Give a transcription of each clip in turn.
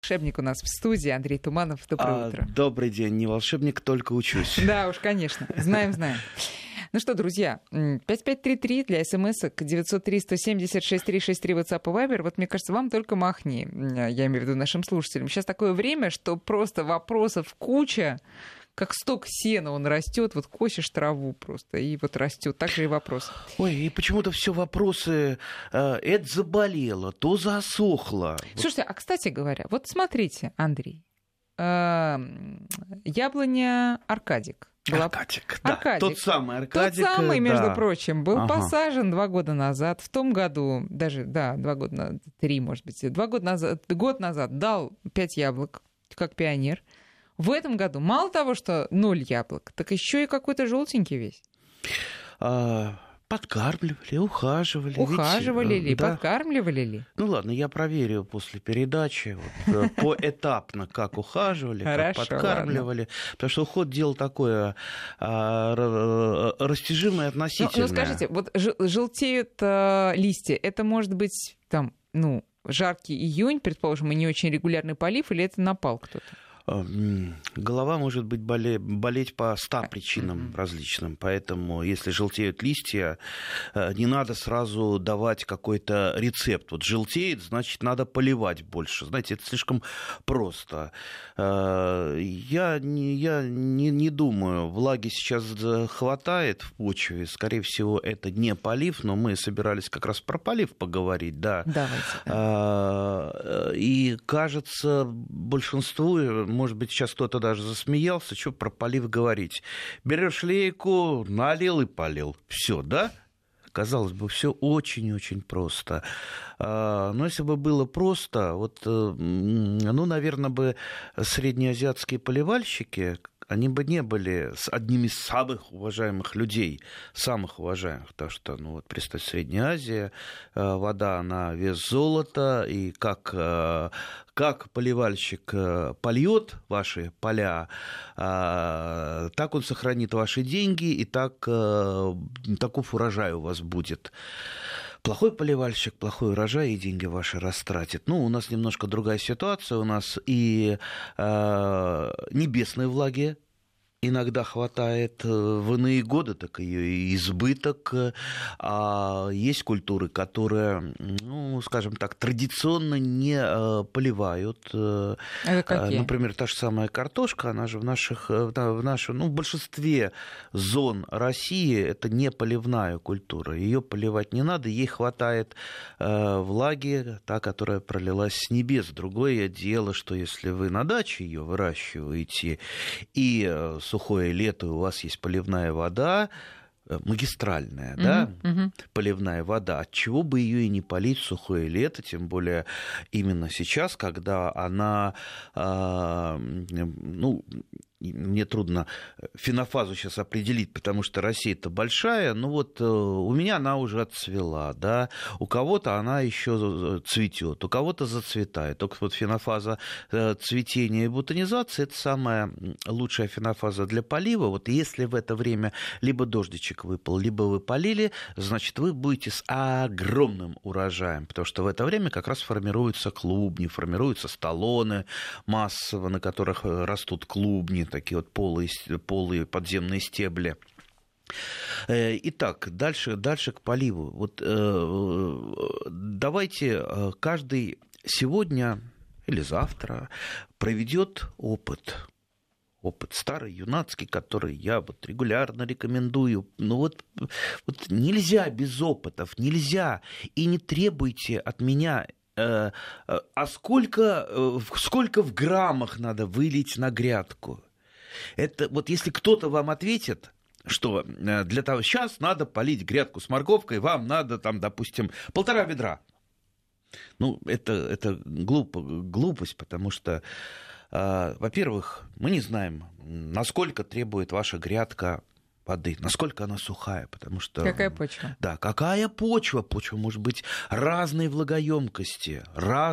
Волшебник у нас в студии, Андрей Туманов. Доброе утро. Добрый день, не волшебник, только учусь. Да уж, конечно, знаем. Ну что, друзья, 5533 для смс-ок, 903-170-6363 WhatsApp и Viber. Вот, мне кажется, вам только махни, я имею в виду нашим слушателям. Сейчас такое время, что просто вопросов куча, как сток сена он растет, вот косишь траву просто, и вот растет. Так же и вопрос. Ой, и почему-то все вопросы, это заболело, то засохло. Слушайте, а кстати говоря, вот смотрите, Андрей, яблоня Аркадик. Аркадик, да. Тот самый Аркадик. Тот самый, между да. прочим, был посажен 2 года назад. В том году, даже, 2 года, 3, может быть, 2 года назад, год назад дал 5 яблок, как пионер. В этом году мало того, что 0 яблок, так еще и какой-то желтенький весь. Подкармливали, ухаживали. Ухаживали ли, да. подкармливали ли? Ну ладно, я проверю после передачи поэтапно, как ухаживали, как подкармливали. Потому что уход дело такое растяжимое относительное. Ну скажите, вот желтеют листья, это может быть там, жаркий июнь, предположим, и не очень регулярный полив, или это напал кто-то? Голова может быть болеть по 100 причинам различным. Поэтому, если желтеют листья, не надо сразу давать какой-то рецепт. Вот желтеет, значит, надо поливать больше. Знаете, это слишком просто. Я не думаю, влаги сейчас хватает в почве. Скорее всего, это не полив, но мы собирались как раз про полив поговорить. Да. Давайте. И, кажется, большинству... Может быть, сейчас кто-то даже засмеялся, что про полив говорить. Берешь лейку, налил и полил. Все, да? Казалось бы, все очень-очень просто. Но если бы было просто, наверное, бы среднеазиатские поливальщики, они бы не были одними из самых уважаемых людей, самых уважаемых, потому что, представь, Средняя Азия, вода на вес золота, и как поливальщик польет ваши поля, так он сохранит ваши деньги, и таков урожай у вас будет. Плохой поливальщик, плохой урожай, и деньги ваши растратит. У нас немножко другая ситуация. У нас и небесной влаги иногда хватает, в иные годы так ее и избыток. А есть культуры, которые, скажем так, традиционно не поливают. Это какие? Например, та же самая картошка, она же в большинстве зон России это не поливная культура. Ее поливать не надо, ей хватает влаги, та, которая пролилась с небес. Другое дело, что если вы на даче ее выращиваете и сухое лето, у вас есть поливная вода, магистральная, да, поливная вода, отчего бы ее и не полить в сухое лето, тем более именно сейчас, когда она, мне трудно фенофазу сейчас определить, потому что Россия-то большая, у меня она уже отцвела, да, у кого-то она еще цветет, у кого-то зацветает. Только вот фенофаза цветения и бутонизации – это самая лучшая фенофаза для полива. Вот если в это время либо дождичек выпал, либо вы полили, значит, вы будете с огромным урожаем, потому что в это время как раз формируются клубни, формируются столоны массово, на которых растут клубни, такие вот полые подземные стебли. Итак, дальше к поливу. Давайте каждый сегодня или завтра проведет опыт старый, юнацкий, который я регулярно рекомендую. Нельзя без опытов, нельзя. И не требуйте от меня... сколько в граммах надо вылить на грядку? Это если кто-то вам ответит, что для того, сейчас надо полить грядку с морковкой, вам надо, допустим, 1,5 ведра. Это глупость, потому что, во-первых, мы не знаем, насколько требует ваша грядка воды, насколько она сухая, потому что... Какая почва? Да, какая почва? Почва может быть разной влагоемкости.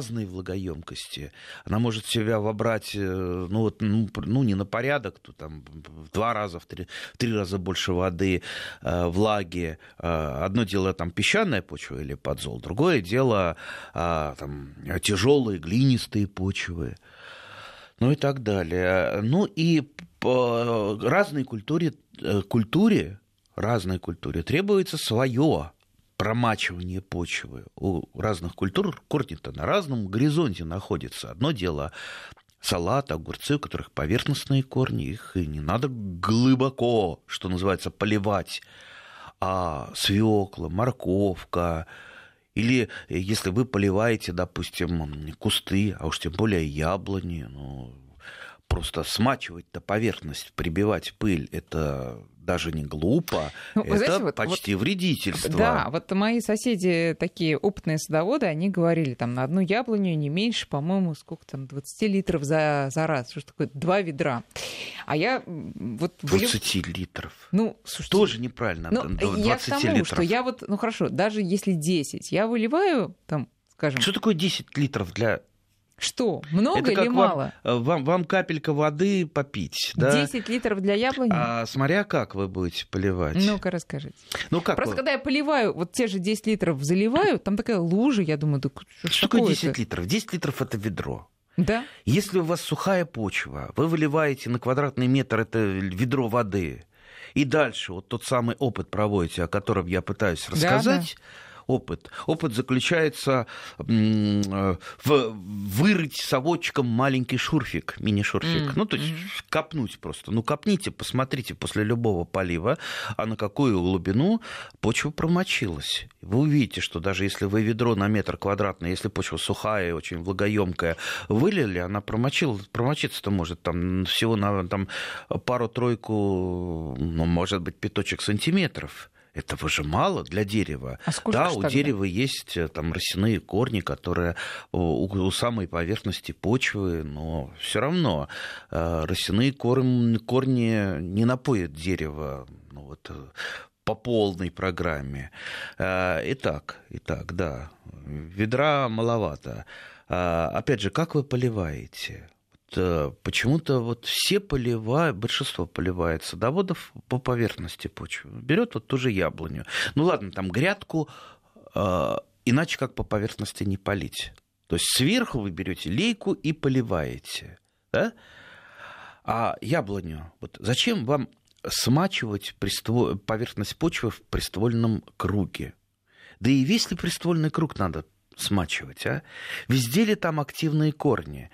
Она может в себя вобрать, не на порядок, то там в 2 раза, в 3 раза больше воды, влаги. Одно дело там песчаная почва или подзол, другое дело там тяжелые глинистые почвы. Ну и так далее. Ну и по разной культуре требуется свое промачивание почвы. У разных культур корни-то на разном горизонте находятся. Одно дело салат, огурцы, у которых поверхностные корни, их и не надо глубоко, что называется, поливать. А свекла, морковка, или если вы поливаете, допустим, кусты, а уж тем более яблони, просто смачивать-то поверхность, прибивать пыль, это даже не глупо, это знаете, почти вредительство. Да, вот мои соседи, такие опытные садоводы, они говорили, там, на одну яблоню не меньше, по-моему, 20 литров за раз. Что такое 2 ведра? А я... 20 литров? Слушайте, тоже неправильно, 20 я к тому, литров. что я хорошо, даже если 10, я выливаю, там, скажем... Что такое 10 литров для... Что? Много или мало? Вам капелька воды попить, да? 10 литров для яблони? Смотря как вы будете поливать. Ну-ка, расскажите. Просто когда я поливаю, вот те же 10 литров заливаю, там такая лужа, я думаю, что такое 10 литров? 10 литров – это ведро. Да? Если у вас сухая почва, вы выливаете на квадратный метр это ведро воды, и дальше вот тот самый опыт проводите, о котором я пытаюсь рассказать... Да. Опыт заключается в вырыть совочком маленький шурфик, мини-шурфик. То есть копнуть просто. Копните, посмотрите после любого полива, а на какую глубину почва промочилась. Вы увидите, что даже если вы ведро на метр квадратный, если почва сухая и очень влагоемкая, вылили, она промочиться-то может всего на пару-тройку, может быть, пяточек сантиметров. Этого же мало для дерева. Да, у дерева есть росяные корни, которые у самой поверхности почвы, но все равно росяные корни не напоят дерево по полной программе. Итак, да, ведра маловато. Опять же, как вы поливаете? Почему-то все поливают, большинство поливает садоводов по поверхности почвы. Берет ту же яблоню. Ладно, грядку, иначе как по поверхности не полить. То есть сверху вы берете лейку и поливаете. Да? А яблоню, зачем вам смачивать поверхность почвы в приствольном круге? Да и весь ли приствольный круг надо смачивать, Везде ли там активные корни?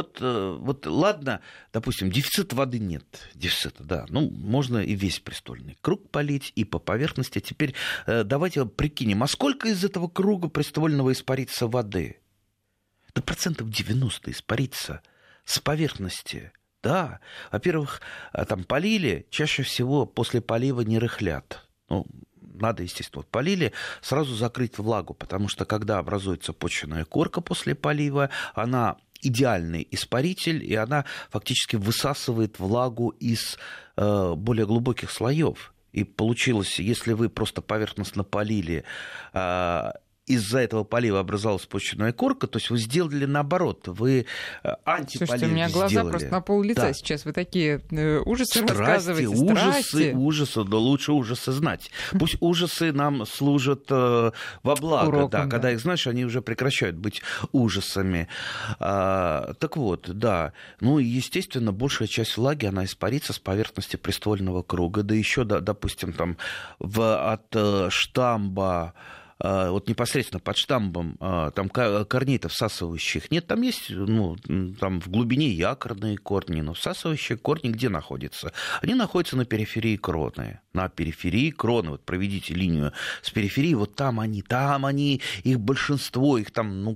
Ладно, допустим, дефицита воды нет, да, можно и весь приствольный круг полить, и по поверхности. Теперь давайте прикинем, а сколько из этого круга приствольного испарится воды? Да 90% испарится с поверхности. Да, во-первых, полили, чаще всего после полива не рыхлят. Надо, естественно, полили, сразу закрыть влагу, потому что когда образуется почвенная корка после полива, она идеальный испаритель, и она фактически высасывает влагу из более глубоких слоев. И получилось, если вы просто поверхностно полили, из-за этого полива образовалась почвенная корка, то есть вы сделали наоборот, вы антиполив сделали. Слушайте, у меня глаза просто на пол-лица сейчас, вы такие ужасы рассказываете. Ужасы, да лучше ужасы знать. Пусть ужасы нам служат во благо, уроком, когда их знаешь, они уже прекращают быть ужасами. Так вот, да, естественно, большая часть влаги, она испарится с поверхности приствольного круга, да еще, допустим, от штамба, непосредственно под штамбом, там корней-то всасывающих нет, там есть, там в глубине якорные корни, но всасывающие корни где находятся? Они находятся на периферии кроны. На периферии кроны, проведите линию с периферии, там они, их большинство, их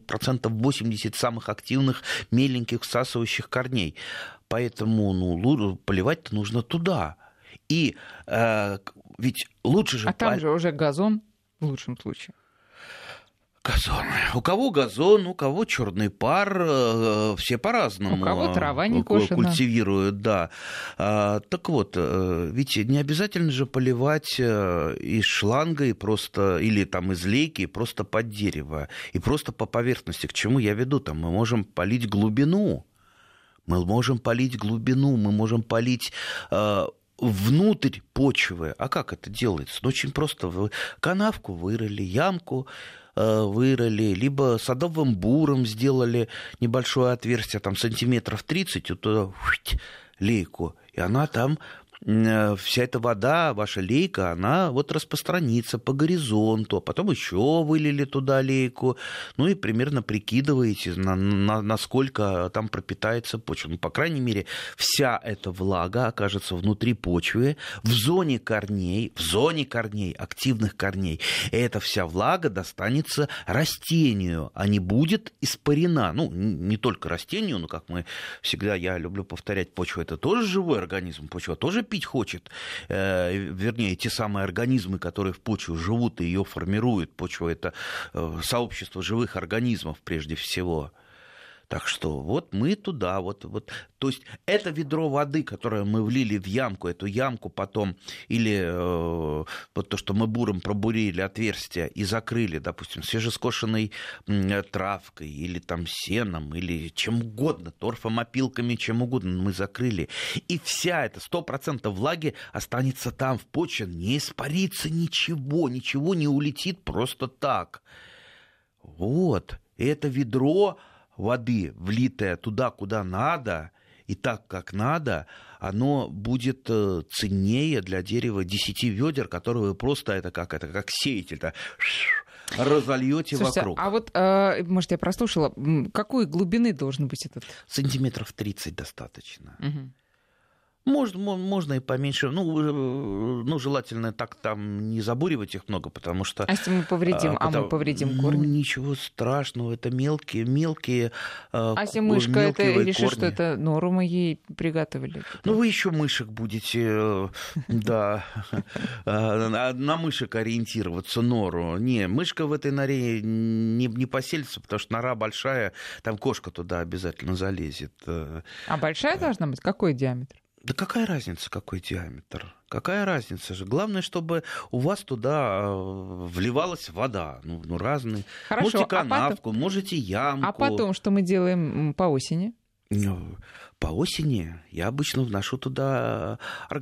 80% самых активных меленьких всасывающих корней. Поэтому, поливать-то нужно туда. И ведь лучше же... там же уже газон. В лучшем случае. Газон. У кого газон, у кого черный пар, все по-разному. У кого трава не кошена. Культивируют, да. Так вот, ведь не обязательно же поливать из шланга и просто, или там из лейки просто под дерево, и просто по поверхности. К чему я веду? Там мы можем полить глубину. Мы можем полить внутрь почвы. А как это делается? Ну, очень просто. Вы канавку вырыли, ямку вырыли, либо садовым буром сделали небольшое отверстие, там сантиметров 30, вот туда лейку, и она там, вся эта вода, ваша лейка, она вот распространится по горизонту, а потом еще вылили туда лейку, ну и примерно прикидываете, насколько там пропитается почва. Ну, по крайней мере, вся эта влага окажется внутри почвы, в зоне корней, активных корней. И эта вся влага достанется растению, а не будет испарена. Ну, не только растению, но, как мы всегда, я люблю повторять, почва — это тоже живой организм, почва тоже пить хочет, вернее, те самые организмы, которые в почве живут и ее формируют. Почва — это сообщество живых организмов прежде всего. Так что вот мы туда, вот. То есть это ведро воды, которое мы влили в ямку, эту ямку потом, или вот то, что мы буром пробурили отверстие и закрыли, допустим, свежескошенной травкой, или там сеном, или чем угодно, торфом-опилками, чем угодно мы закрыли. И вся эта 100% влаги останется там, в почве, не испарится ничего не улетит просто так. Вот, и это ведро воды, влитое туда, куда надо, и так, как надо, оно будет ценнее для дерева 10 ведер, которые вы просто, это как сеятель, разольете вокруг. А вот, может, я прослушала, какой глубины должен быть этот? Сантиметров 30 достаточно. Угу. Можно и поменьше. Ну, желательно так там не забуривать их много, потому что... А если мы повредим, мы повредим корни? Ничего страшного, это мелкие А если мышка, это решит, корни. что это нору мы ей приготовили? Ну, вы еще мышек будете, да, на мышек ориентироваться, нору. Не, мышка в этой норе не поселится, потому что нора большая, там кошка туда обязательно залезет. А большая должна быть? Какой диаметр? Да какая разница, какой диаметр? Какая разница же? Главное, чтобы у вас туда вливалась вода. Ну разные. Хорошо, можете канавку, можете ямку. А потом, что мы делаем по осени? По осени я обычно вношу туда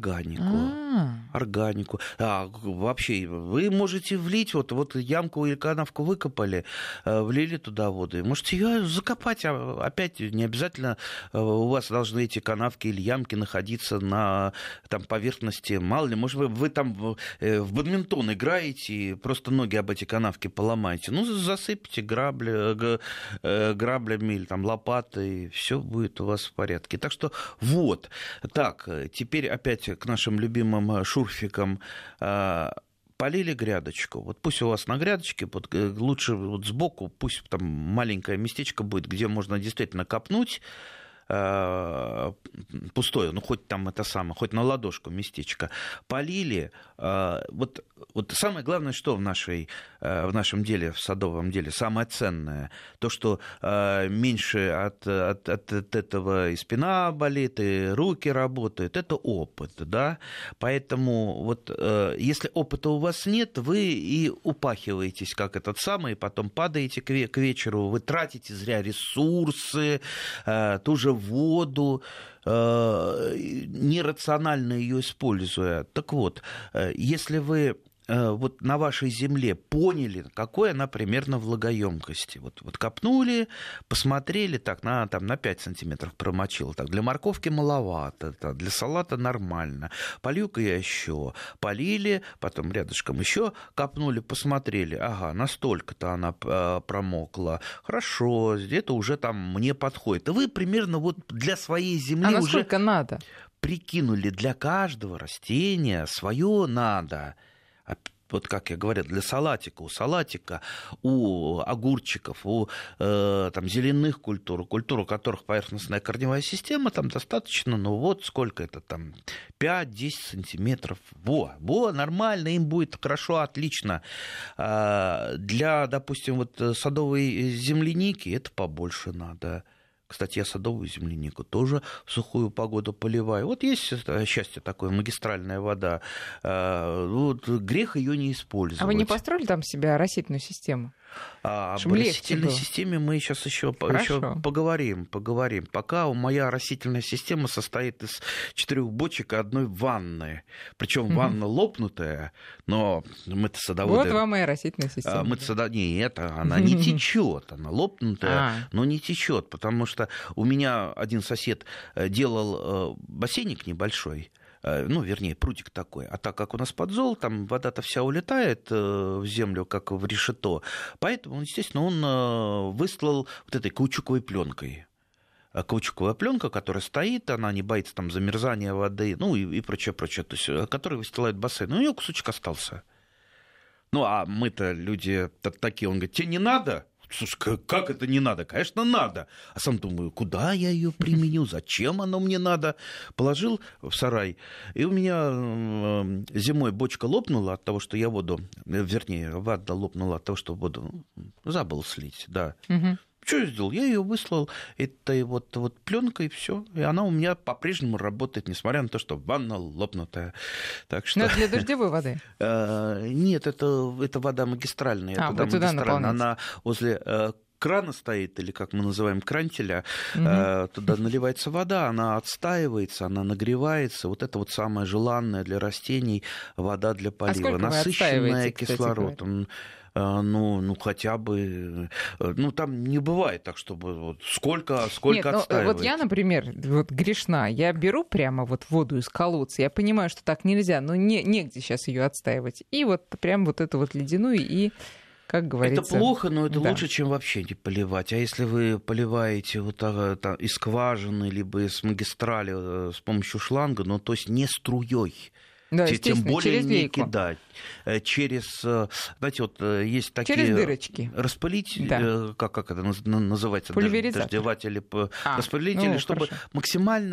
органику. Вообще, вы можете влить, вот ямку или канавку выкопали, влили туда воду, и можете ее закопать. Опять не обязательно у вас должны эти канавки или ямки находиться на там, поверхности. Мало ли, может быть, вы там в бадминтон играете и просто ноги об эти канавки поломаете. Ну, засыпьте граблями или там лопатой, и все будет у вас в порядке. Так что вот. Так, теперь опять к нашим любимым шурфикам. Полили грядочку. Вот пусть у вас на грядочке, лучше вот сбоку, пусть там маленькое местечко будет, где можно действительно копнуть пустое, ну хоть там хоть на ладошку местечко, полили. Вот самое главное, что в нашем деле, в садовом деле, самое ценное, то, что меньше от этого и спина болит, и руки работают, это опыт, да, поэтому вот если опыта у вас нет, вы и упахиваетесь, как этот самый, потом падаете к вечеру, вы тратите зря ресурсы, ту же воду, нерационально ее используя. Так вот, если вы вот на вашей земле поняли, какой она примерно влагоемкости. Вот копнули, посмотрели, так, на 5 сантиметров промочил. Так, для морковки маловато, так, для салата нормально. Полью-ка я еще. Полили, потом рядышком еще копнули, посмотрели. Ага, настолько-то она промокла. Хорошо, это уже там мне подходит. И вы примерно вот для своей земли уже... А насколько надо? Прикинули, для каждого растения свое надо. вот как я говорил, для салатика, у огурчиков, у там, зеленых культур, у которых поверхностная корневая система, там достаточно, ну вот сколько это там, 5-10 сантиметров. Нормально, им будет хорошо, отлично. Для, допустим, вот садовой земляники это побольше надо. Кстати, я садовую землянику тоже в сухую погоду поливаю. Вот есть счастье такое, магистральная вода. Вот, грех ее не использовать. А вы не построили там себе растительную систему? Об растительной системе мы сейчас еще поговорим. Пока моя растительная система состоит из 4 бочек и 1 ванны. Причем ванна лопнутая, но мы-то садоводы... Вот вам моя растительная система. Нет, она не течет, она лопнутая, но не течет, потому что у меня один сосед делал бассейник небольшой, ну, вернее, прудик такой. А так как у нас подзол, там вода-то вся улетает в землю, как в решето. Поэтому, естественно, он выслал вот этой каучуковой пленкой. Каучуковая пленка, которая стоит, она не боится там замерзания воды, ну и прочее, то есть, которая выстилает бассейн. Ну, у нее кусочек остался. Ну, а мы-то люди такие, он говорит, тебе не надо? Слушай, как это не надо? Конечно, надо. А сам думаю, куда я ее применю? Зачем оно мне надо? Положил в сарай, и у меня зимой бочка лопнула от того, что я вода лопнула от того, что воду забыл слить, да. Что я сделал? Я ее выслал этой вот пленкой, и все. И она у меня по-прежнему работает, несмотря на то, что ванна лопнутая. Так что... Но это для дождевой воды? Нет, это вода магистральная. Вы туда наполняете? Она возле крана стоит, или как мы называем, крантеля, туда наливается вода, она отстаивается, она нагревается. Вот это вот самое желанное для растений вода для полива. Насыщенная кислородом. Ну, хотя бы... Ну, там не бывает так, чтобы вот сколько отстаивать. Вот я, например, вот грешна. Я беру прямо вот воду из колодца. Я понимаю, что так нельзя, но негде сейчас ее отстаивать. И вот прям вот эту вот ледяную и... Как говорится, это плохо, но это лучше, чем вообще не поливать. А если вы поливаете вот из скважины, либо из магистрали с помощью шланга, ну, то есть не струей, да, тем более не лейку. Кидать. Через, знаете, вот есть такие... Через дырочки. Распылитель, да. как это называется? Дождеватели, распылители, чтобы хорошо. Максимально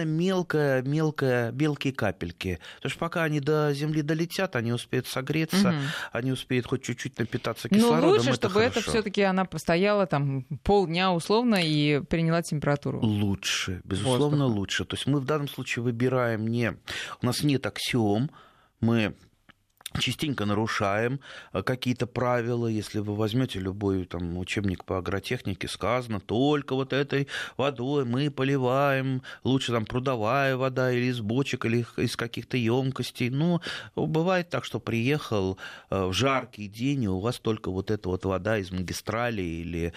мелкие капельки. Потому что пока они до земли долетят, они успеют согреться, они успеют хоть чуть-чуть напитаться кислородом. Но лучше, чтобы это все-таки она постояла там полдня условно и приняла температуру. Лучше, безусловно, воздуха. Лучше. То есть мы в данном случае выбираем не... У нас нет аксиом, мы частенько нарушаем какие-то правила. Если вы возьмете любой там, учебник по агротехнике, сказано, только вот этой водой мы поливаем, лучше там прудовая вода или из бочек, или из каких-то емкостей. Но бывает так, что приехал в жаркий день, и у вас только вот эта вот вода из магистрали или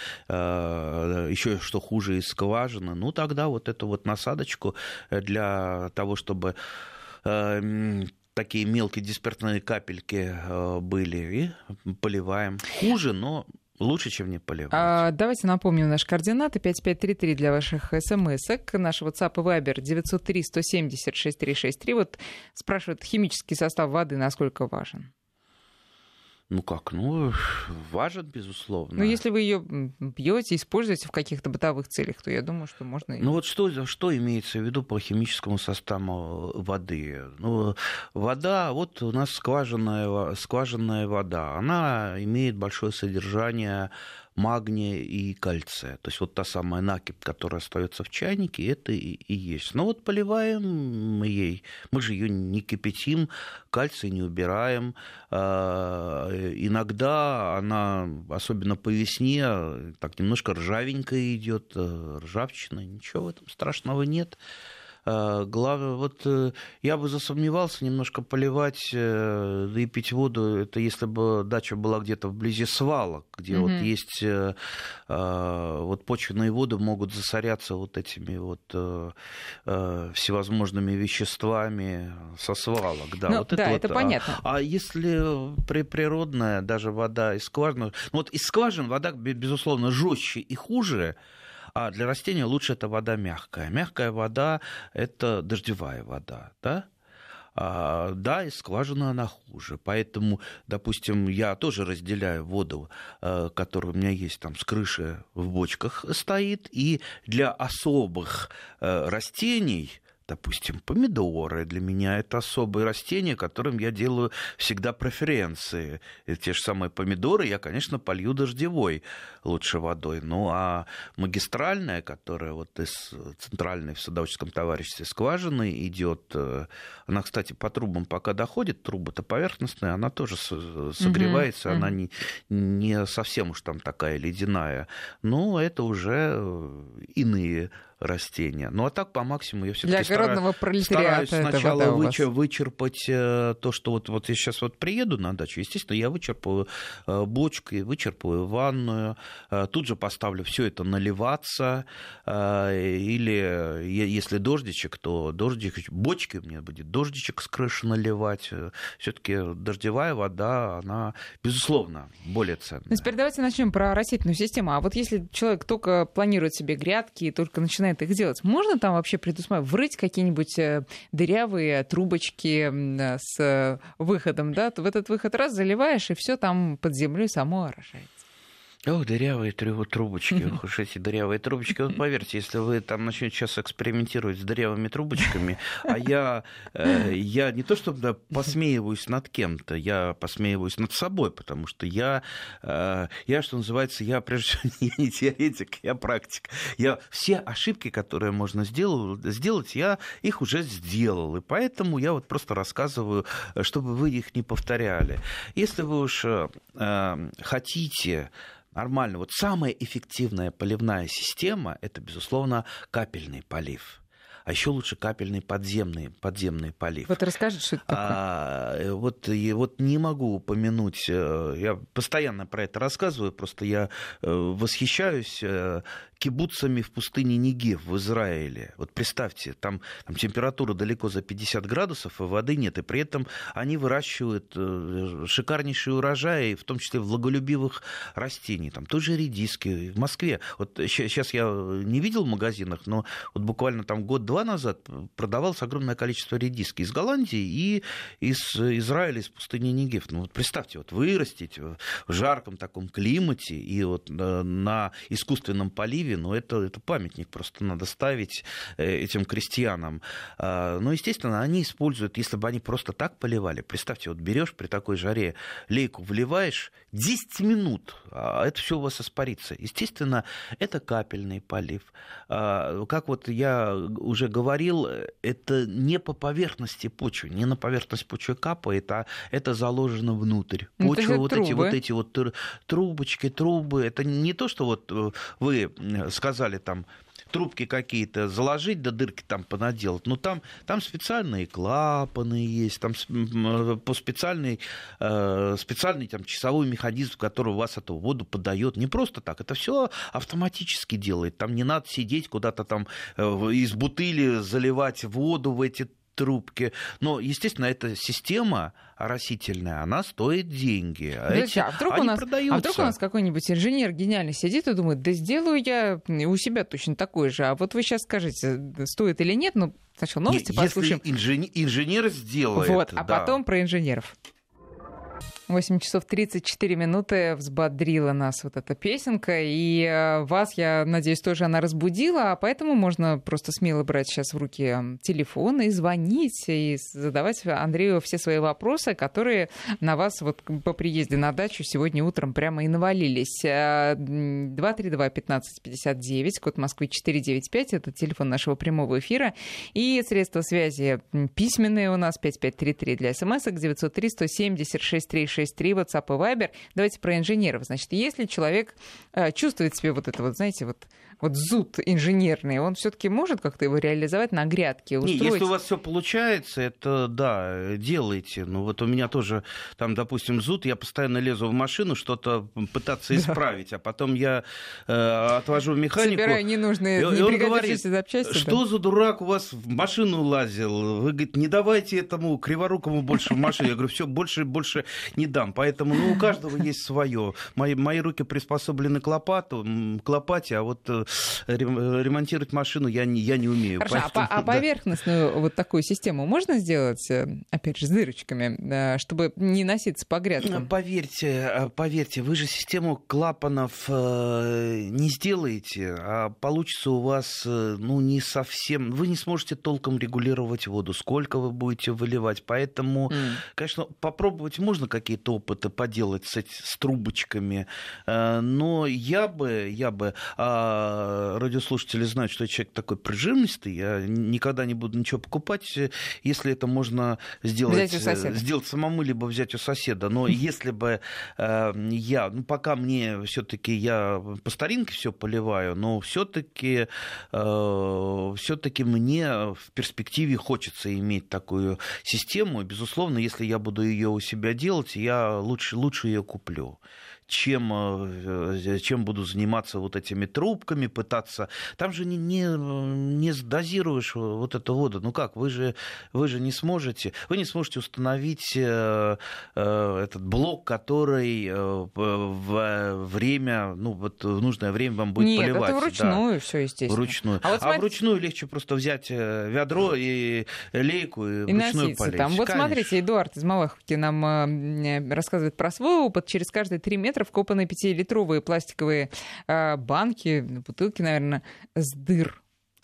еще что хуже, из скважины. Ну, тогда вот эту вот насадочку для того, чтобы... такие мелкие дисперсные капельки были, и поливаем. Хуже, но лучше, чем не поливать. Давайте напомним наши координаты. 5533 для ваших смс-ок. Наш WhatsApp и Viber 903-170-6363. Вот спрашивают, химический состав воды насколько важен? Ну как, важен, безусловно. Но если вы ее пьете, используете в каких-то бытовых целях, то я думаю, что можно... Ну вот что имеется в виду по химическому составу воды? Ну, вода, вот у нас скважинная вода, она имеет большое содержание магния и кальция. То есть вот та самая накипь, которая остается в чайнике, это и есть. Но вот поливаем мы ей, мы же ее не кипятим, кальций не убираем. Иногда она, особенно по весне, так немножко ржавенькая идет, ржавчина, ничего в этом страшного нет. Главное, вот я бы засомневался немножко поливать, да и пить воду, это если бы дача была где-то вблизи свалок, где вот есть вот почвенные воды могут засоряться вот этими вот всевозможными веществами со свалок. Да, вот это понятно. А если природная даже вода из скважины, вот из скважин вода, безусловно, жестче и хуже. А для растения лучше это вода мягкая. Мягкая вода – это дождевая вода, да? Да, и скважина она хуже. Поэтому, допустим, я тоже разделяю воду, которая у меня есть там с крыши в бочках стоит, и для особых растений, допустим, помидоры, для меня это особые растения, которым я делаю всегда преференции. И те же самые помидоры я, конечно, полью дождевой лучше водой. Ну, а магистральная, которая вот из центральной в садоводческом товариществе скважины идет, она, кстати, по трубам пока доходит, труба-то поверхностная, она тоже согревается, она не совсем уж там такая ледяная, но это уже иные растения. Ну, а так по максимуму я все-таки стараюсь сначала вычерпать то, что вот я сейчас вот приеду на дачу, естественно, я вычерпаю бочку, вычерпаю ванную, тут же поставлю все это наливаться, или если дождичек, то дождичек, бочки у меня будет дождичек с крыши наливать. Все-таки дождевая вода, она, безусловно, более ценная. Теперь давайте начнем про растительную систему. А вот если человек только планирует себе грядки и только начинает их делать, можно там вообще предусмотреть, врыть какие-нибудь дырявые трубочки с выходом, да? В этот выход раз заливаешь, и все там под землей само орошается. Ох, дырявые трубочки, уж эти дырявые трубочки. Вот поверьте, если вы там начнете сейчас экспериментировать с дырявыми трубочками, а я не то чтобы посмеиваюсь над кем-то, я посмеиваюсь над собой, потому что я что называется, я прежде всего не теоретик, я практик. Я все ошибки, которые можно сделать, я их уже сделал, и поэтому я вот просто рассказываю, чтобы вы их не повторяли. Если вы уж хотите нормально. Вот самая эффективная поливная система – это, безусловно, капельный полив. А еще лучше капельный подземный полив. Вот расскажите, что это такое. Вот не могу упомянуть, я постоянно про это рассказываю, просто я восхищаюсь кибуцами в пустыне Негев в Израиле. Вот представьте, там температура далеко за 50 градусов, и воды нет, и при этом они выращивают шикарнейшие урожаи, в том числе влаголюбивых растений, там тоже редиски. В Москве, вот сейчас я не видел в магазинах, но вот буквально там год-два назад продавалось огромное количество редиски из Голландии и из Израиля, из пустыни Негев. Ну вот представьте, вот вырастить в жарком таком климате и вот на искусственном поливе, ну, это памятник просто надо ставить этим крестьянам. Но, естественно, они используют, если бы они просто так поливали, представьте, вот берешь при такой жаре лейку, вливаешь 10 минут, а это все у вас испарится. Естественно, это капельный полив. Как вот я уже говорил, это не по поверхности почвы, не на поверхность почвы капает, а это заложено внутрь. Почва, вот эти трубочки, трубы, это не то, что вот вы сказали там трубки какие-то заложить, да дырки там понаделать. Но там специальные клапаны есть, там по специальный там часовой механизм, который у вас эту воду подает. Не просто так, это все автоматически делает. Там не надо сидеть куда-то там из бутыли заливать воду в эти трубки. Но, естественно, эта система оросительная, она стоит деньги. А вдруг у нас какой-нибудь инженер гениальный сидит и думает, да сделаю я у себя точно такой же. А вот вы сейчас скажите, стоит или нет, ну, сначала новости послушаем. Если инженер сделает. Вот, а потом про инженеров. 8 часов 34 минуты взбодрила нас вот эта песенка, и вас, я надеюсь, тоже она разбудила, а поэтому можно просто смело брать сейчас в руки телефон и звонить, и задавать Андрею все свои вопросы, которые на вас вот по приезде на дачу сегодня утром прямо и навалились. 232-1559, код Москвы 495, это телефон нашего прямого эфира, и средства связи письменные у нас 5533 для смс-ок, 903-170-6363, WhatsApp и Viber. Давайте про инженеров. Значит, если человек чувствует в себе вот это вот, знаете, вот зуд инженерный, он все-таки может как-то его реализовать на грядке, устроить? Если у вас все получается, это да, делайте. Ну вот у меня тоже там, допустим, зуд, я постоянно лезу в машину что-то пытаться исправить, а потом я отвожу в механику. Собираю ненужные, не пригодившиеся запчасти. Что за дурак у вас в машину лазил? Вы, говорите, не давайте этому криворукому больше в машину. Я говорю, все, больше не дам. Поэтому у каждого есть свое. Мои руки приспособлены к лопате, а вот ремонтировать машину я не умею. Хорошо, поэтому, поверхностную вот такую систему можно сделать, опять же, с дырочками, чтобы не носиться по грядкам? Поверьте, вы же систему клапанов не сделаете, а получится у вас, не совсем... Вы не сможете толком регулировать воду, сколько вы будете выливать. Поэтому, конечно, попробовать можно какие-то опыты поделать с трубочками, но я бы радиослушатели знают, что я человек такой прижимистый, я никогда не буду ничего покупать, если это можно сделать самому, либо взять у соседа. Но если бы пока мне все-таки я по старинке все поливаю, но все-таки мне в перспективе хочется иметь такую систему. Безусловно, если я буду ее у себя делать, я лучше ее куплю, чем буду заниматься вот этими трубками, пытаться... Там же не сдозируешь вот эту воду. Ну как, вы же не сможете установить этот блок, который в нужное время вам будет поливать. Нет, это вручную все, естественно. Вручную. Вручную легче просто взять ведро и лейку и вручную полить. Там. Вот смотрите, Эдуард из Малаховки нам рассказывает про свой опыт. Через каждые 3 метра вкопаны 5-литровые пластиковые банки, бутылки, наверное, с дыр.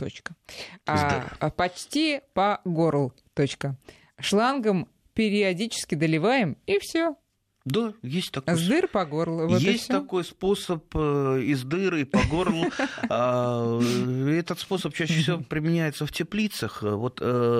Почти по горлу. Шлангом периодически доливаем, и все. Да, есть такой. С дыр по горлу. Вот есть такой способ из дыры по горлу. Этот способ чаще всего применяется в теплицах. Вот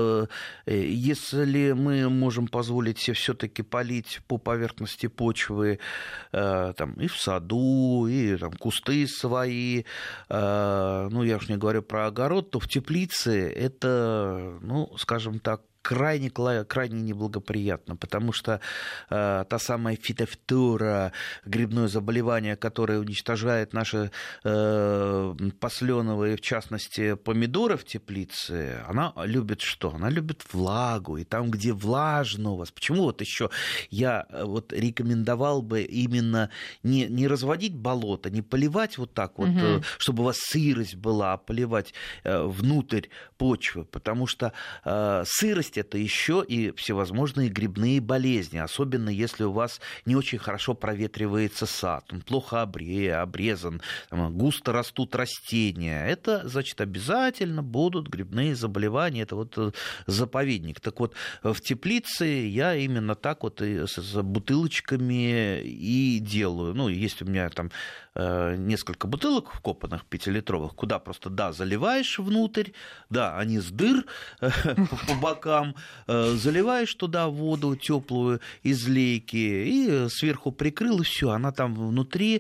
если мы можем позволить себе все-таки полить по поверхности почвы там, и в саду, и там, кусты свои, я уж не говорю про огород, то в теплице это, скажем так, крайне неблагоприятно, потому что та самая фитофтора, грибное заболевание, которое уничтожает наши посленовые, в частности, помидоры в теплице, она любит что? Она любит влагу, и там, где влажно у вас. Почему вот еще я рекомендовал бы именно не разводить болото, не поливать вот так вот, чтобы у вас сырость была, а поливать внутрь почвы, потому что сырость — это еще и всевозможные грибные болезни, особенно если у вас не очень хорошо проветривается сад, он плохо обрезан, густо растут растения. Это, значит, обязательно будут грибные заболевания. Это вот заповедник. Так вот, в теплице я именно так вот и с бутылочками и делаю. Есть у меня там несколько бутылок вкопанных 5-литровых, куда просто, заливаешь внутрь, они с дыр по бокам, заливаешь туда воду теплую из лейки и сверху прикрыл, и все, она там внутри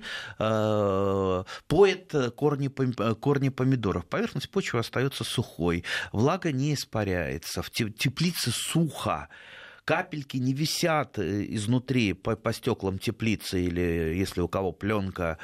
поет корни помидоров. Поверхность почвы остается сухой, влага не испаряется, в теплице сухо. Капельки не висят изнутри по стеклам теплицы, или если у кого пленка,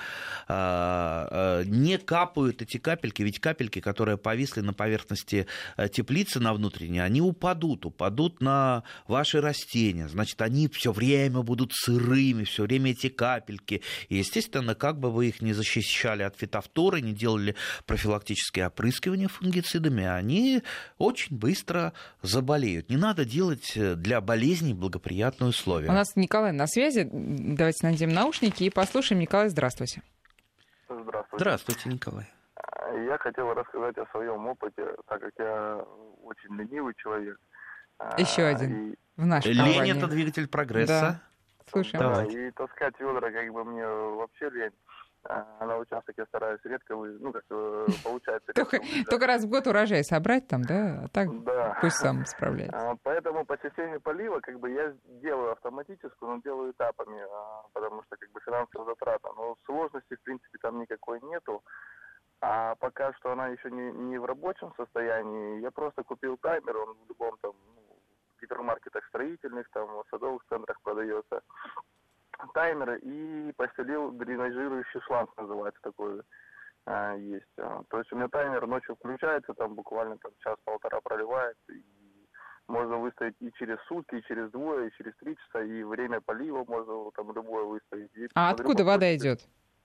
не капают эти капельки, ведь капельки, которые повисли на поверхности теплицы на внутренней, они упадут на ваши растения, значит, они все время будут сырыми, все время эти капельки, и, естественно, как бы вы их не защищали от фитофторы, не делали профилактические опрыскивания фунгицидами, они очень быстро заболеют. Не надо делать для болезней благоприятные условия. У нас Николай на связи. Давайте наденем наушники и послушаем. Николай, здравствуйте. Здравствуйте, Николай. Я хотел рассказать о своем опыте, так как я очень ленивый человек. Еще один в нашей компании. Лень — это двигатель прогресса. Да. Слушаем. И таскать ведра мне вообще лень. На участок я стараюсь редко, получается... Только раз в год урожай собрать там, да? А так пусть сам справляется. Поэтому по системе полива я делаю автоматическую, но делаю этапами, потому что финансовая затрата. Но сложности, в принципе, там никакой нету. А пока что она еще не в рабочем состоянии, я просто купил таймер, он в любом гипермаркетах строительных, в садовых центрах продается. Таймер, и постелил дренажирующий шланг, называется такой, есть. То есть у меня таймер ночью включается, буквально час-полтора проливает, и можно выставить и через сутки, и через 2, и через 3 часа, и время полива можно любое выставить. А откуда вода идет?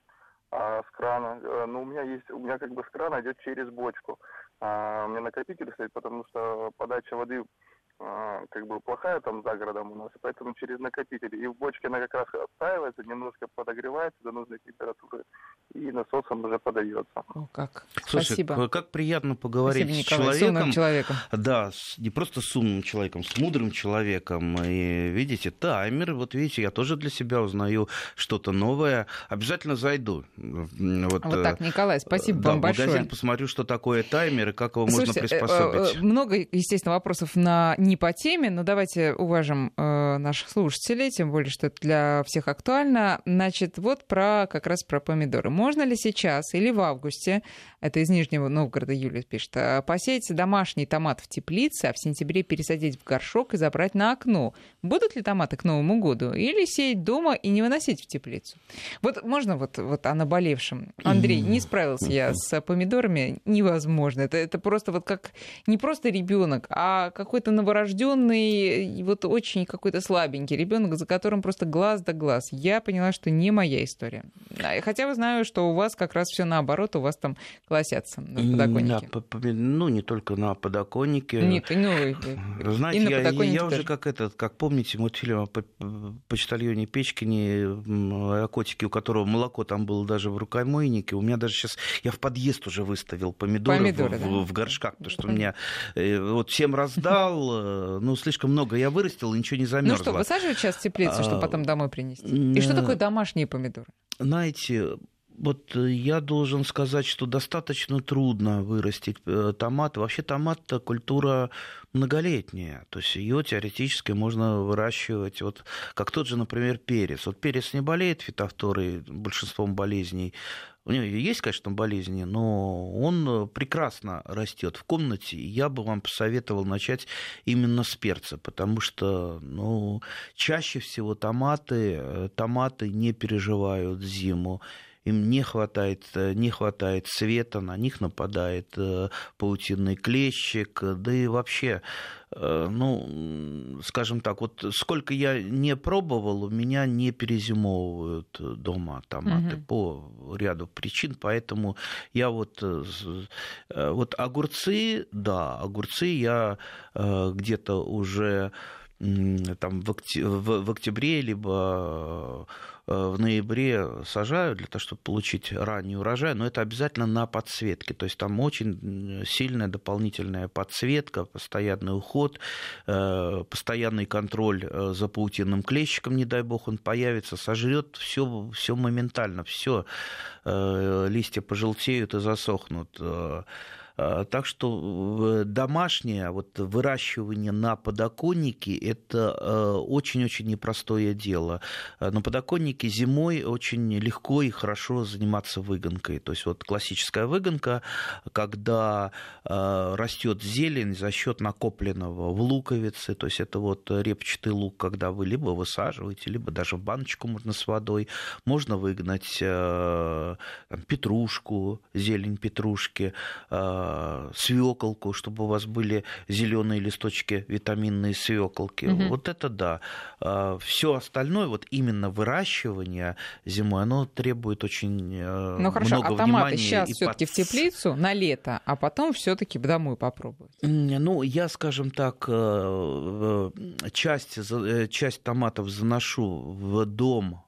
с крана. Ну, у меня как бы с крана идет через бочку. У меня накопитель стоит, потому что подача воды как бы плохая там за городом у нас, поэтому через накопитель. И в бочке она как раз отстаивается, немножко подогревается до нужной температуры, и насосом уже подается. О, как. Слушай, Спасибо. как приятно поговорить Спасибо, с Николай, человеком. с умным человеком. Да, не просто с умным человеком, с мудрым человеком. И видите, таймер, вот видите, я тоже для себя узнаю что-то новое. Обязательно зайду. Вот так, Николай, спасибо да, вам большое. в магазин посмотрю, что такое таймер и как его можно приспособить. Много, естественно, вопросов не по теме, но давайте уважим наших слушателей, тем более, что это для всех актуально. Значит, вот как раз про помидоры. Можно ли сейчас или в августе, это из Нижнего Новгорода Юлия пишет, посеять домашний томат в теплице, а в сентябре пересадить в горшок и забрать на окно? Будут ли томаты к Новому году? Или сеять дома и не выносить в теплицу? Вот можно вот о наболевшем? Андрей, не справился я с помидорами, невозможно. Это просто вот как не просто ребенок, а какой-то новорожденный, вот очень какой-то слабенький ребенок, за которым просто глаз да глаз. Я поняла, что не моя история. Хотя вы знаю, что у вас как раз все наоборот, у вас там колосятся на подоконнике. Ну, не только на подоконнике. Нет, знаете, я уже как помните мультфильм о почтальоне Печкине, о котике, у которого молоко там было даже в рукомойнике. У меня даже сейчас, я в подъезд уже выставил помидоры в горшках, потому что у меня вот всем раздал, ну, слишком много я вырастил, и ничего не замерзло. Ну что, высаживать сейчас в теплицу, чтобы потом домой принести? И что такое домашние помидоры? Знаете, вот я должен сказать, что достаточно трудно вырастить томат. Вообще томат – культура многолетняя, то есть ее теоретически можно выращивать, вот как тот же, например, перец. Вот перец не болеет фитофторой, большинством болезней. У него есть, конечно, болезни, но он прекрасно растет в комнате. И я бы вам посоветовал начать именно с перца, потому что чаще всего томаты не переживают зиму. Им не хватает света, на них нападает паутинный клещик, да и вообще, скажем так, вот сколько я не пробовал, у меня не перезимовывают дома томаты по ряду причин, поэтому я вот огурцы я где-то уже там в октябре либо в ноябре сажаю для того, чтобы получить ранний урожай, но это обязательно на подсветке. То есть там очень сильная дополнительная подсветка, постоянный уход, постоянный контроль за паутинным клещиком, не дай бог он появится, сожрет все моментально, все листья пожелтеют и засохнут. Так что домашнее выращивание на подоконнике – это очень-очень непростое дело. На подоконнике зимой очень легко и хорошо заниматься выгонкой. То есть вот классическая выгонка, когда растет зелень за счет накопленного в луковице, то есть это вот репчатый лук, когда вы либо высаживаете, либо даже в баночку можно с водой, можно выгнать петрушку, зелень петрушки, свеколку, чтобы у вас были зеленые листочки, витаминные свеколки. Вот это да. Все остальное, вот именно выращивание зимой, оно требует очень много внимания. А томаты сейчас все-таки в теплицу на лето, а потом все-таки домой попробовать? Ну, я, скажем так, часть томатов заношу в дом,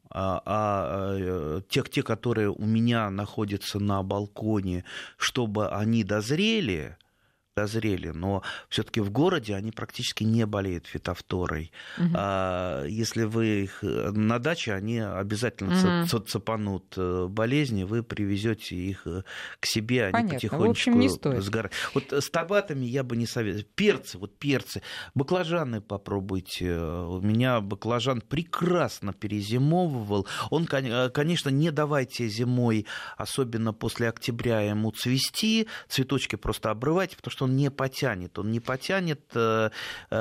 те, которые у меня находятся на балконе, чтобы они дозрели, но все-таки в городе они практически не болеют фитофторой. Если вы их на даче, они обязательно цапанут болезни, вы привезете их к себе, они потихонечку сгорают. Вот с томатами я бы не советовал. Перцы, баклажаны попробуйте. У меня баклажан прекрасно перезимовывал. Он, конечно, не давайте зимой, особенно после октября, ему цвести, цветочки просто обрывайте, потому что он не потянет, он все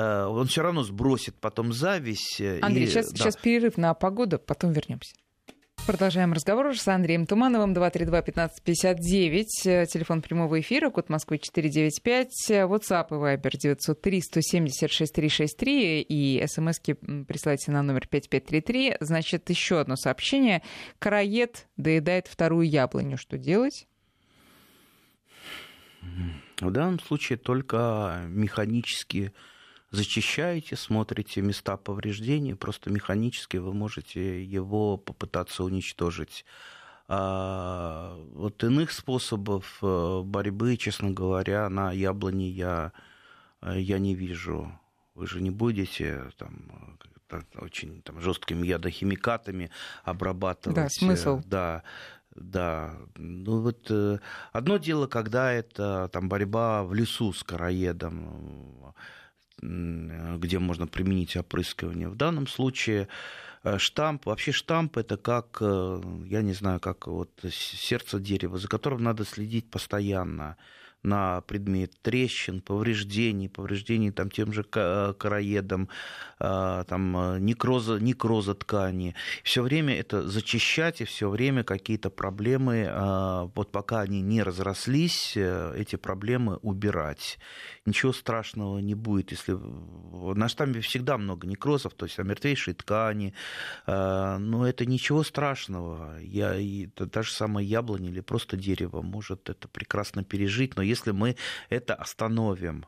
равно сбросит потом зависть. Андрей, сейчас перерыв на погоду, потом вернемся. Продолжаем разговор с Андреем Тумановым. 232-1559. Телефон прямого эфира, код Москвы 495. WhatsApp и Viber 903-170-6363. И смски присылайте на номер 5533. Значит, еще одно сообщение. Короед доедает вторую яблоню. Что делать? В данном случае только механически зачищаете, смотрите места повреждений, просто механически вы можете его попытаться уничтожить. Вот иных способов борьбы, честно говоря, на яблони я не вижу. Вы же не будете там очень жесткими ядохимикатами обрабатывать. Да, смысл. Да. Ну вот одно дело, когда это там борьба в лесу с короедом, где можно применить опрыскивание. В данном случае штамп, вообще штамп это как, я не знаю, как вот сердце дерева, за которым надо следить постоянно на предмет трещин, повреждений там, тем же короедом, там, некроза ткани. Все время это зачищать, и все время какие-то проблемы, вот пока они не разрослись, эти проблемы убирать. Ничего страшного не будет, если на штампе всегда много некрозов, то есть омертвевшие ткани, но это ничего страшного. Та же самая яблоня или просто дерево может это прекрасно пережить, но если мы это остановим,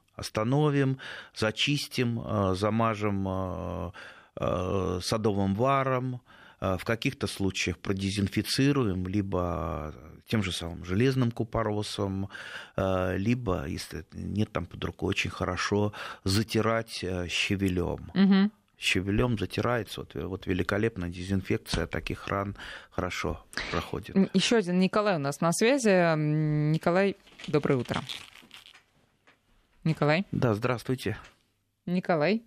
зачистим, замажем садовым варом, в каких-то случаях продезинфицируем, либо тем же самым железным купоросом, либо, если нет там под рукой, очень хорошо затирать щавелем. Угу. Щавелем затирается, вот великолепная дезинфекция таких ран хорошо проходит. Еще один Николай у нас на связи. Николай, доброе утро. Николай? Да, здравствуйте. Николай,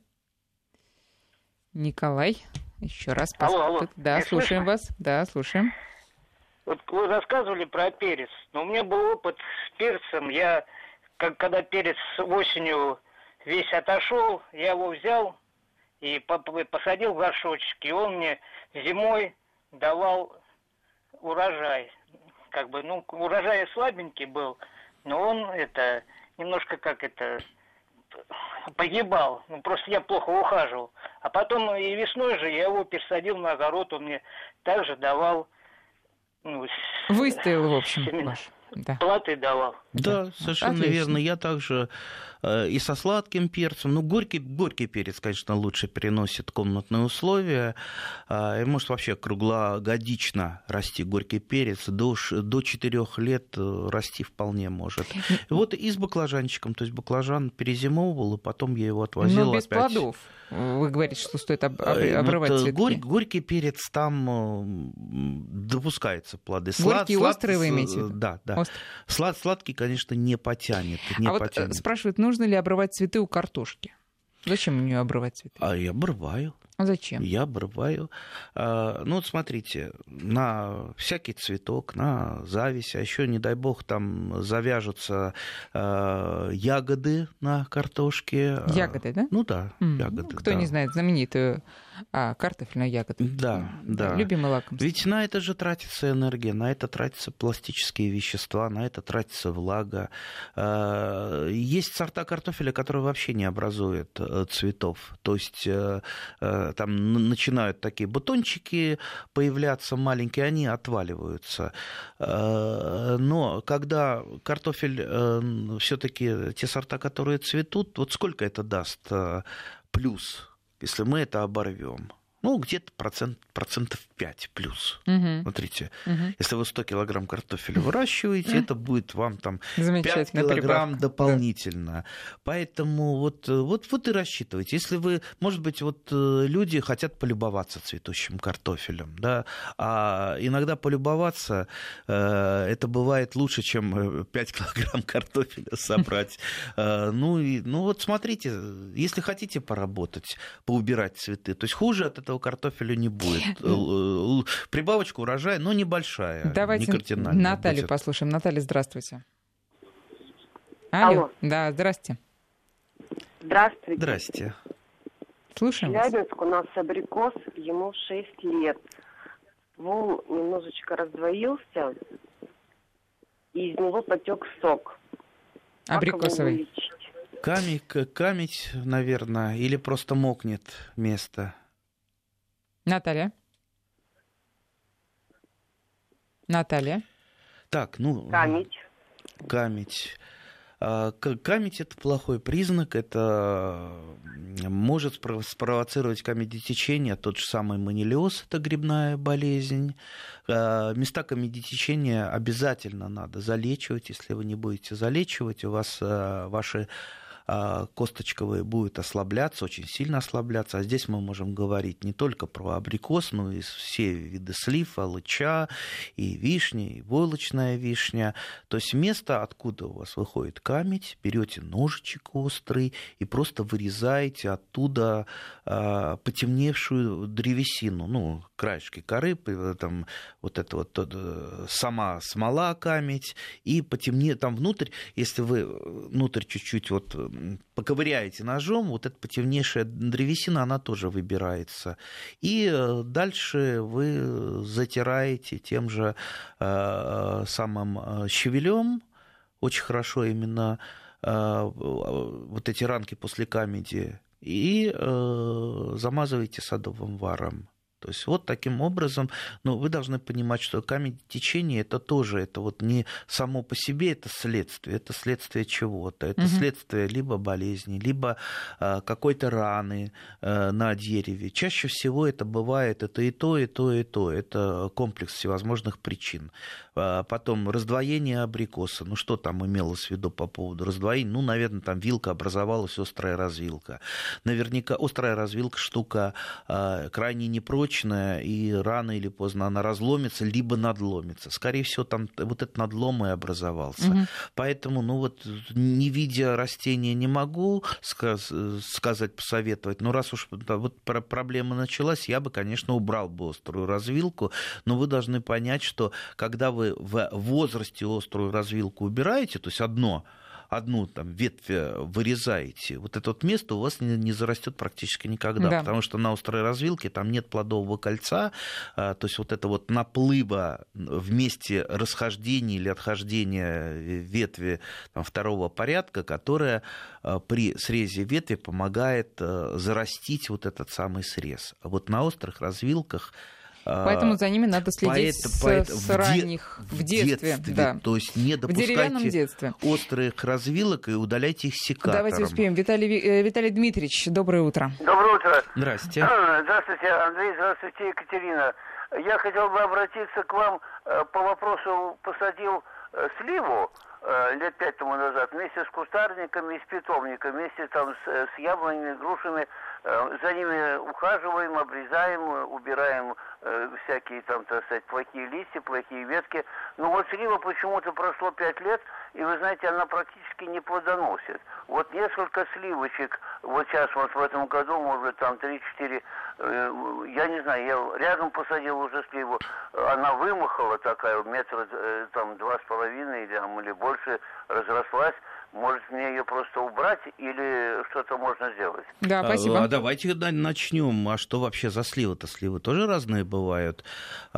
еще раз. Алло. Да, слушаем вас. Да, слушаем. Вот вы рассказывали про перец, но у меня был опыт с перцем. Я, когда перец осенью весь отошел, я его взял и посадил в горшочек, и он мне зимой давал урожай. Урожай слабенький был, но он немножко погибал. Просто я плохо ухаживал. А потом и весной же я его пересадил на огород, он мне также давал... Выстоял, в общем, ваш. Да. Платы давал. Да, совершенно Отлично. верно. Я также и со сладким перцем. горький перец, конечно, лучше переносит комнатные условия. И может вообще круглогодично расти горький перец. До 4 лет расти вполне может. И вот и с баклажанчиком. То есть баклажан перезимовывал, и потом я его отвозил. Но без опять. плодов. Вы говорите, что стоит обрывать цветки. Горький перец, там допускаются плоды. Горький, острый вы имеете в виду? Да. Острый. Сладкий, конечно, не потянет. Вот спрашивают, нужно ли обрывать цветы у картошки? Зачем у нее обрывать цветы? Я обрываю. А зачем? Я обрываю. Вот смотрите, на всякий цветок, на зависть, а еще, не дай бог, там завяжутся ягоды на картошке. Ягоды, да? Ну да, ягоды. Кто не знает знаменитую картофельную ягоду. Да. Любимый лакомство. Ведь на это же тратится энергия, на это тратятся пластические вещества, на это тратится влага. Есть сорта картофеля, которые вообще не образуют цветов. То есть там начинают такие бутончики появляться маленькие, они отваливаются. Но когда картофель, все-таки те сорта, которые цветут, вот сколько это даст плюс, если мы это оборвем? Где-то процентов 5 плюс. Смотрите, если вы 100 килограмм картофеля выращиваете, это будет вам там 5 килограмм дополнительно. Поэтому вот и рассчитывайте. Если вы, может быть, люди хотят полюбоваться цветущим картофелем, да, а иногда полюбоваться это бывает лучше, чем 5 килограмм картофеля собрать. Вот смотрите, если хотите поработать, поубирать цветы, то есть хуже от этого картофеля не будет. Прибавочка урожая, но небольшая. Давайте не кардинальная. Наталью будет. послушаем. Наталья, здравствуйте. Алло. Да, здрасте. Здравствуйте. Здрасте. Слушаем вас. Челябинск, у нас абрикос, ему 6 лет. ствол немножечко раздвоился, и из него потек сок. Абрикосовый. Камедь, наверное, или просто мокнет место. Наталья? Так, камедь. Камедь — это плохой признак, это может спровоцировать камедитечение, тот же самый манилиоз, это грибная болезнь. Места камедитечения обязательно надо залечивать, если вы не будете залечивать, у вас ваши косточковые будет ослабляться, очень сильно ослабляться. А здесь мы можем говорить не только про абрикос, но и все виды слив, алыча, и вишни, и войлочная вишня. То есть место, откуда у вас выходит камедь, берете ножичек острый и просто вырезаете оттуда потемневшую древесину, краешки коры, там вот это вот сама смола камедь, и потемнее там внутрь, если вы внутрь чуть-чуть вот поковыряете ножом, вот эта потемнейшая древесина, она тоже выбирается. И дальше вы затираете тем же самым щавелем, очень хорошо именно вот эти ранки после камеди, и замазываете садовым варом. То есть вот таким образом, вы должны понимать, что камедитечение это тоже, это вот не само по себе, это следствие чего-то, это следствие либо болезни, либо какой-то раны на дереве. Чаще всего это бывает, это и то, и то, и то, это комплекс всевозможных причин. Потом раздвоение абрикоса, что там имелось в виду по поводу раздвоения, наверное, там вилка образовалась, острая развилка. Наверняка острая развилка штука крайне непрочная, и рано или поздно она разломится, либо надломится. Скорее всего, там вот этот надлом и образовался. Поэтому, не видя растения, не могу сказать, посоветовать. Но раз уж вот проблема началась, я бы, конечно, убрал бы острую развилку. Но вы должны понять, что когда вы в возрасте острую развилку убираете, то есть одну там ветвь вырезаете, вот это вот место у вас не зарастет практически никогда, да. Потому что на острой развилке там нет плодового кольца, то есть вот это вот наплыва в месте расхождения или отхождения ветви там, второго порядка, которая при срезе ветви помогает зарастить вот этот самый срез. А вот на острых развилках поэтому за ними надо следить с ранних, в детстве. Да. То есть не допускайте острых развилок и удаляйте их секатором. Давайте успеем. Виталий Дмитриевич, доброе утро. Доброе утро. Здрасте. Здравствуйте, Андрей. Здравствуйте, Екатерина. Я хотел бы обратиться к вам по вопросу. Посадил сливу лет 5 тому назад вместе с кустарниками и с питомником, вместе там с яблонями, грушами. За ними ухаживаем, обрезаем, убираем всякие там, так сказать, плохие листья, плохие ветки. Но вот слива почему-то прошло 5 лет, и вы знаете, она практически не плодоносит. Вот несколько сливочек, вот сейчас вот в этом году, может там 3-4, я не знаю, я рядом посадил уже сливу, она вымахала такая, метра там 2,5 или больше, разрослась. Может, мне ее просто убрать или что-то можно сделать? Да, спасибо. Давайте начнем. А что вообще за слива-то? Сливы тоже разные бывают.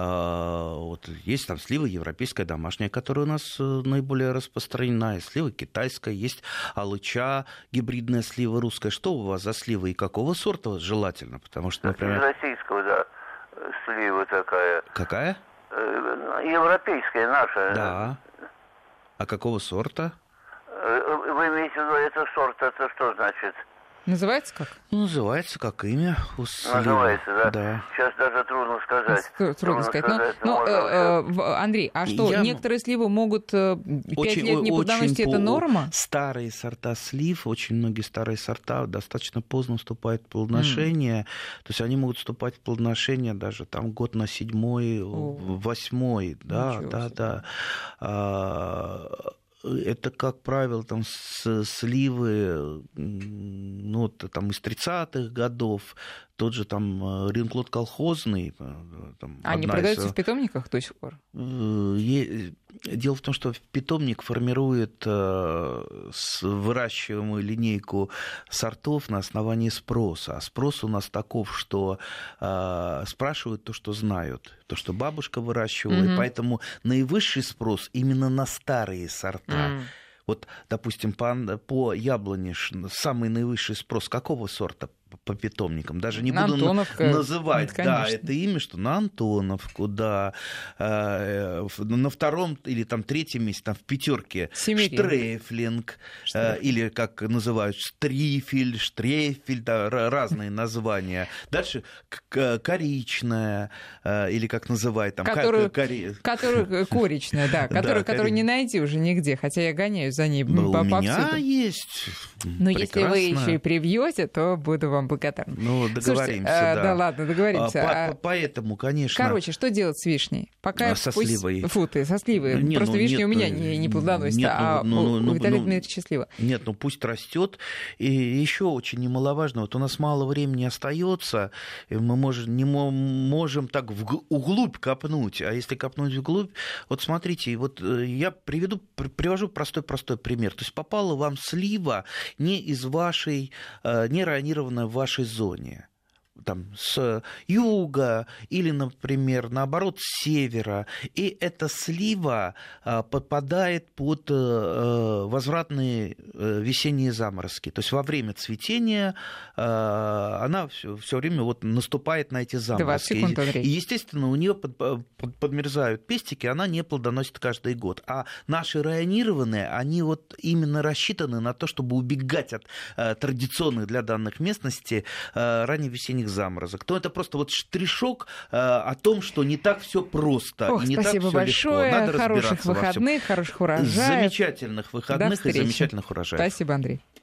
Вот есть там слива европейская домашняя, которая у нас наиболее распространена. Есть слива китайская, есть алыча, гибридная слива русская. Что у вас за слива и какого сорта желательно? Потому что, например... Российского, да, слива такая. Какая? Европейская, наша. Да. А какого сорта? Вы имеете в виду, это сорт, это что значит? Называется как? Называется как имя. Называется, да? Сейчас даже трудно сказать. Трудно сказать. Андрей, а что, некоторые сливы могут 5 лет не плодоносить, это норма? Старые сорта слив, очень многие старые сорта достаточно поздно вступают в плодоношение. То есть они могут вступать в плодоношение даже там год на 7-й, 8-й. Да. Это, как правило, там сливы там, из 30-х годов, тот же там ринклот колхозный. Там, они продаются в питомниках до сих пор? Дело в том, что питомник формирует выращиваемую линейку сортов на основании спроса. А спрос у нас таков, что спрашивают то, что знают, то, что бабушка выращивала, и поэтому наивысший спрос именно на старые сорта. Вот, допустим, по яблоне самый наивысший спрос какого сорта по питомникам? Даже не буду называть, да, это имя, что на Антоновку, да, на втором или там третьем месте, там в пятерке Штрефлинг, или как называют Штрифель, Штрефель, да, разные названия. Дальше коричная, или как называют там... Которую коричная, да, которую не найти уже нигде, хотя я гоняюсь за ней повсюду. У меня есть. Но если вы еще и привьете, то буду вам благодарна. Ну, договоримся, слушайте, да, ладно, договоримся. Поэтому, конечно... Короче, что делать с вишней? Пока со сливой. Со сливой. Просто вишня у меня не плодоносится, а у Виталия Дмитриевича слива. Нет, ну пусть растет. И еще очень немаловажно, вот у нас мало времени остается, мы не можем так вглубь копнуть. А если копнуть вглубь, вот смотрите, вот я привожу простой пример. То есть попала вам слива не из вашей, не районированная в вашей зоне. Там, с юга или, например, наоборот, с севера, и эта слива попадает под возвратные весенние заморозки. То есть во время цветения она все время вот наступает на эти заморозки. 20 секунд, Андрей. И, естественно, у нее подмерзают пестики, она не плодоносит каждый год. А наши районированные, они вот именно рассчитаны на то, чтобы убегать от традиционных для данных местностей ранневесенних заморозок, то это просто вот штришок о том, что не так все просто. Ох, не спасибо так большое. Надо хороших выходных, хороших урожаев. Замечательных выходных и замечательных урожаев. Спасибо, Андрей.